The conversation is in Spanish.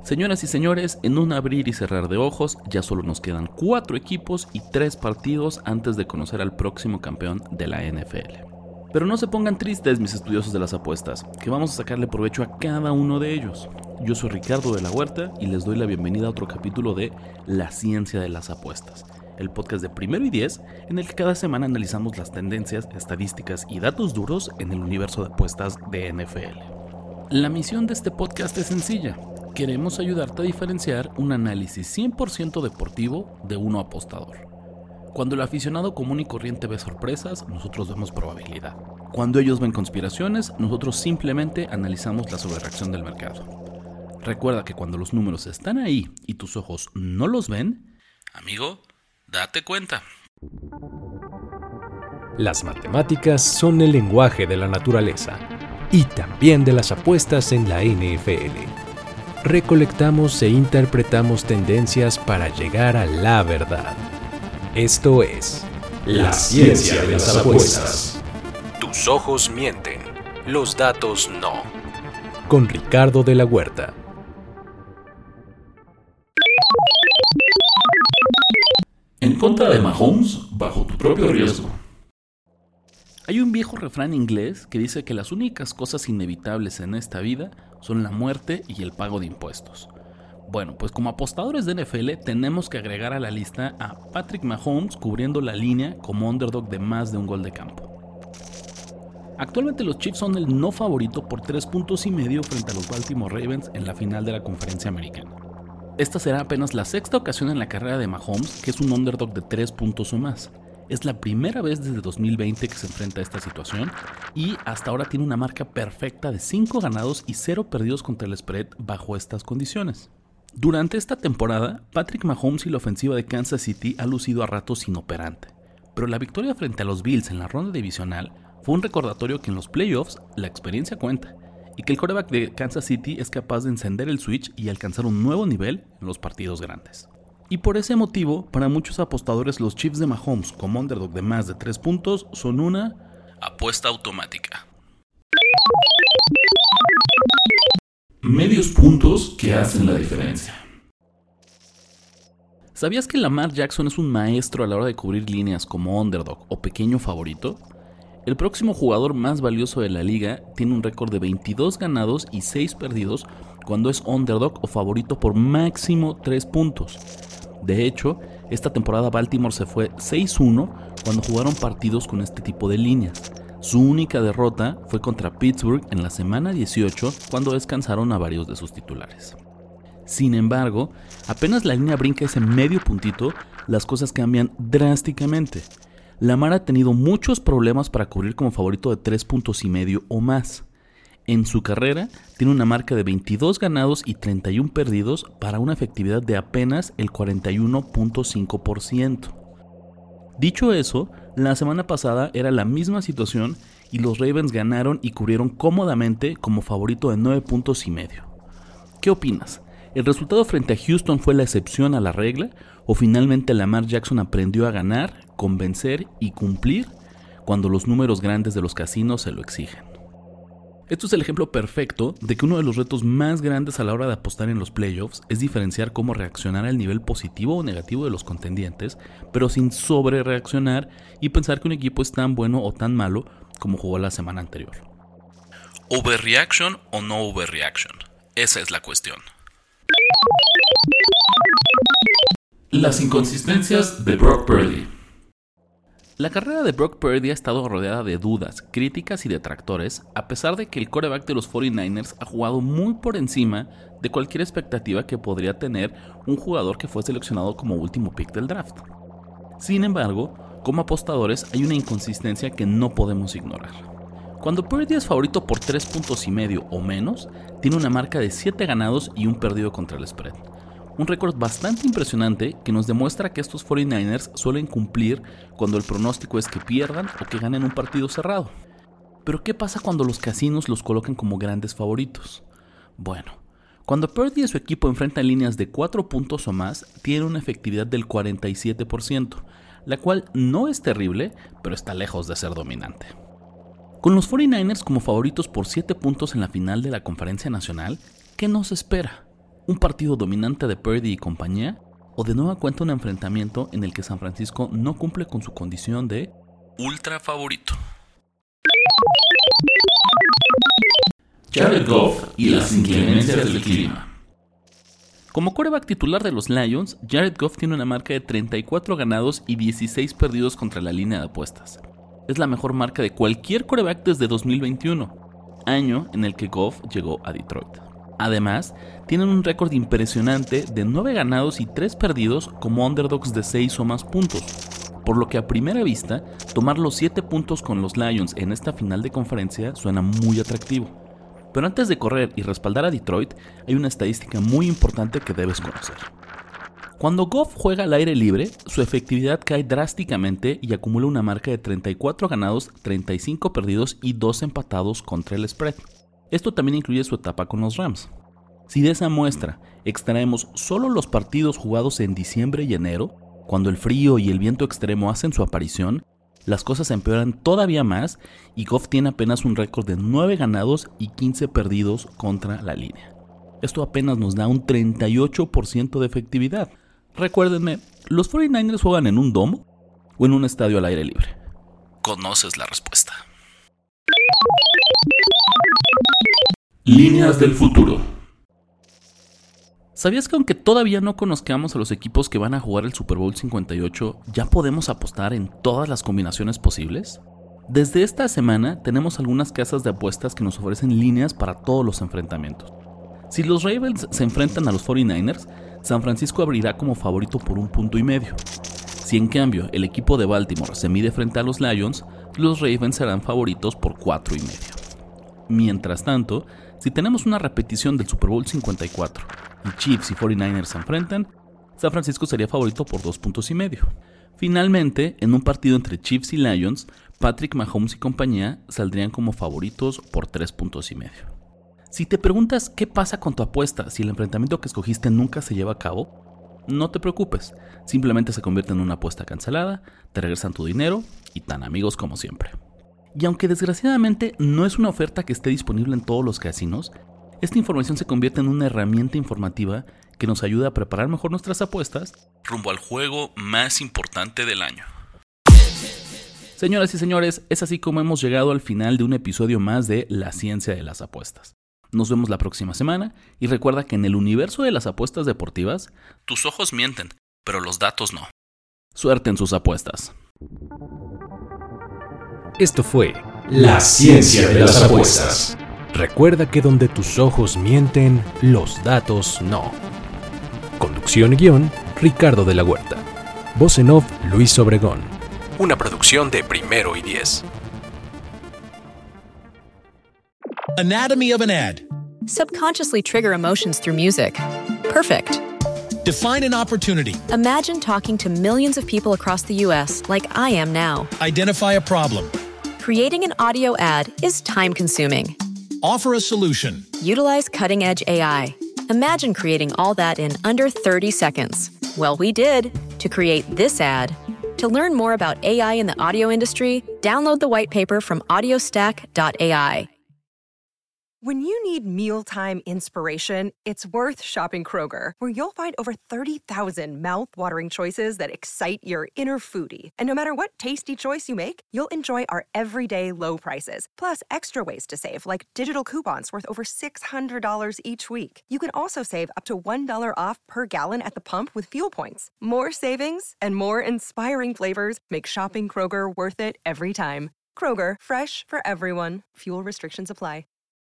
Señoras y señores, en un abrir y cerrar de ojos, ya solo nos quedan 4 equipos y 3 partidos antes de conocer al próximo campeón de la NFL. Pero no se pongan tristes, mis estudiosos de las apuestas, que vamos a sacarle provecho a cada uno de ellos. Yo soy Ricardo de la Huerta y les doy la bienvenida a otro capítulo de La Ciencia de las Apuestas, el podcast de Primero y 10, en el que cada semana analizamos las tendencias, estadísticas y datos duros en el universo de apuestas de NFL. La misión de este podcast es sencilla. Queremos ayudarte a diferenciar un análisis 100% deportivo de uno apostador. Cuando el aficionado común y corriente ve sorpresas, nosotros vemos probabilidad. Cuando ellos ven conspiraciones, nosotros simplemente analizamos la sobrereacción del mercado. Recuerda que cuando los números están ahí y tus ojos no los ven, amigo, date cuenta. Las matemáticas son el lenguaje de la naturaleza y también de las apuestas en la NFL. Recolectamos e interpretamos tendencias para llegar a la verdad. Esto es La Ciencia de las Apuestas. Tus ojos mienten, los datos no. Con Ricardo de la Huerta. En contra de Mahomes, bajo tu propio riesgo. Hay un viejo refrán inglés que dice que las únicas cosas inevitables en esta vida son la muerte y el pago de impuestos. Bueno, pues como apostadores de NFL tenemos que agregar a la lista a Patrick Mahomes cubriendo la línea como underdog de más de un gol de campo. Actualmente los Chiefs son el no favorito por 3.5 puntos frente a los Baltimore Ravens en la final de la Conferencia Americana. Esta será apenas la sexta ocasión en la carrera de Mahomes que es un underdog de 3 puntos o más. Es la primera vez desde 2020 que se enfrenta a esta situación y hasta ahora tiene una marca perfecta de 5 ganados y 0 perdidos contra el spread bajo estas condiciones. Durante esta temporada, Patrick Mahomes y la ofensiva de Kansas City ha lucido a ratos inoperante, pero la victoria frente a los Bills en la ronda divisional fue un recordatorio que en los playoffs la experiencia cuenta y que el quarterback de Kansas City es capaz de encender el switch y alcanzar un nuevo nivel en los partidos grandes. Y por ese motivo, para muchos apostadores los Chiefs de Mahomes como underdog de más de 3 puntos son una apuesta automática. Medios puntos que hacen la diferencia. ¿Sabías que Lamar Jackson es un maestro a la hora de cubrir líneas como underdog o pequeño favorito? El próximo jugador más valioso de la liga tiene un récord de 22 ganados y 6 perdidos cuando es underdog o favorito por máximo 3 puntos. De hecho, esta temporada Baltimore se fue 6-1 cuando jugaron partidos con este tipo de líneas. Su única derrota fue contra Pittsburgh en la semana 18 cuando descansaron a varios de sus titulares. Sin embargo, apenas la línea brinca ese medio puntito, las cosas cambian drásticamente. Lamar ha tenido muchos problemas para cubrir como favorito de 3.5 puntos o más. En su carrera, tiene una marca de 22 ganados y 31 perdidos para una efectividad de apenas el 41.5%. Dicho eso, la semana pasada era la misma situación y los Ravens ganaron y cubrieron cómodamente como favorito de 9.5 puntos. ¿Qué opinas? ¿El resultado frente a Houston fue la excepción a la regla o finalmente Lamar Jackson aprendió a ganar, convencer y cumplir cuando los números grandes de los casinos se lo exigen? Esto es el ejemplo perfecto de que uno de los retos más grandes a la hora de apostar en los playoffs es diferenciar cómo reaccionar al nivel positivo o negativo de los contendientes, pero sin sobrereaccionar y pensar que un equipo es tan bueno o tan malo como jugó la semana anterior. ¿Overreaction o no overreaction? Esa es la cuestión. Las inconsistencias de Brock Purdy. La carrera de Brock Purdy ha estado rodeada de dudas, críticas y detractores, a pesar de que el quarterback de los 49ers ha jugado muy por encima de cualquier expectativa que podría tener un jugador que fue seleccionado como último pick del draft. Sin embargo, como apostadores hay una inconsistencia que no podemos ignorar. Cuando Purdy es favorito por 3.5 puntos o menos, tiene una marca de 7 ganados y un perdido contra el spread. Un récord bastante impresionante que nos demuestra que estos 49ers suelen cumplir cuando el pronóstico es que pierdan o que ganen un partido cerrado. Pero ¿qué pasa cuando los casinos los colocan como grandes favoritos? Bueno, cuando Purdy y su equipo enfrentan líneas de 4 puntos o más, tiene una efectividad del 47%, la cual no es terrible, pero está lejos de ser dominante. Con los 49ers como favoritos por 7 puntos en la final de la Conferencia Nacional, ¿qué nos espera? un partido dominante de Purdy y compañía, o de nueva cuenta un enfrentamiento en el que San Francisco no cumple con su condición de ultra favorito. Jared Goff y las inclemencias del clima. Como quarterback titular de los Lions, Jared Goff tiene una marca de 34 ganados y 16 perdidos contra la línea de apuestas. Es la mejor marca de cualquier quarterback desde 2021, año en el que Goff llegó a Detroit. Además, tienen un récord impresionante de 9 ganados y 3 perdidos como underdogs de 6 o más puntos, por lo que a primera vista, tomar los 7 puntos con los Lions en esta final de conferencia suena muy atractivo. Pero antes de correr y respaldar a Detroit, hay una estadística muy importante que debes conocer. Cuando Goff juega al aire libre, su efectividad cae drásticamente y acumula una marca de 34 ganados, 35 perdidos y 2 empatados contra el spread. Esto también incluye su etapa con los Rams. Si de esa muestra extraemos solo los partidos jugados en diciembre y enero, cuando el frío y el viento extremo hacen su aparición, las cosas empeoran todavía más y Goff tiene apenas un récord de 9 ganados y 15 perdidos contra la línea. Esto apenas nos da un 38% de efectividad. Recuérdenme, ¿los 49ers juegan en un domo o en un estadio al aire libre? Conoces la respuesta. Líneas del futuro. ¿Sabías que aunque todavía no conozcamos a los equipos que van a jugar el Super Bowl 58, ya podemos apostar en todas las combinaciones posibles? Desde esta semana tenemos algunas casas de apuestas que nos ofrecen líneas para todos los enfrentamientos. Si los Ravens se enfrentan a los 49ers, San Francisco abrirá como favorito por 1.5 puntos. Si en cambio el equipo de Baltimore se mide frente a los Lions, los Ravens serán favoritos por 4.5 puntos. Mientras tanto, si tenemos una repetición del Super Bowl 54 y Chiefs y 49ers se enfrentan, San Francisco sería favorito por 2.5 puntos. Finalmente, en un partido entre Chiefs y Lions, Patrick Mahomes y compañía saldrían como favoritos por 3.5 puntos. Si te preguntas qué pasa con tu apuesta si el enfrentamiento que escogiste nunca se lleva a cabo, no te preocupes, simplemente se convierte en una apuesta cancelada, te regresan tu dinero y tan amigos como siempre. Y aunque desgraciadamente no es una oferta que esté disponible en todos los casinos, esta información se convierte en una herramienta informativa que nos ayuda a preparar mejor nuestras apuestas rumbo al juego más importante del año. Señoras y señores, es así como hemos llegado al final de un episodio más de La Ciencia de las Apuestas. Nos vemos la próxima semana y recuerda que en el universo de las apuestas deportivas, tus ojos mienten, pero los datos no. Suerte en sus apuestas. Esto fue La Ciencia de las Apuestas. Recuerda que donde tus ojos mienten, los datos no. Conducción y guión, Ricardo de la Huerta. Voz en off, Luis Obregón. Una producción de Primero y 10. Anatomy of an ad. Subconsciously trigger emotions through music. Perfect. Define an opportunity. Imagine talking to millions of people across the U.S. like I am now. Identify a problem. Creating an audio ad is time-consuming. Offer a solution. Utilize cutting-edge AI. Imagine creating all that in under 30 seconds. Well, we did to create this ad. To learn more about AI in the audio industry, download the white paper from audiostack.ai. When you need mealtime inspiration, it's worth shopping Kroger, where you'll find over 30,000 mouth-watering choices that excite your inner foodie. And no matter what tasty choice you make, you'll enjoy our everyday low prices, plus extra ways to save, like digital coupons worth over $600 each week. You can also save up to $1 off per gallon at the pump with fuel points. More savings and more inspiring flavors make shopping Kroger worth it every time. Kroger, fresh for everyone. Fuel restrictions apply.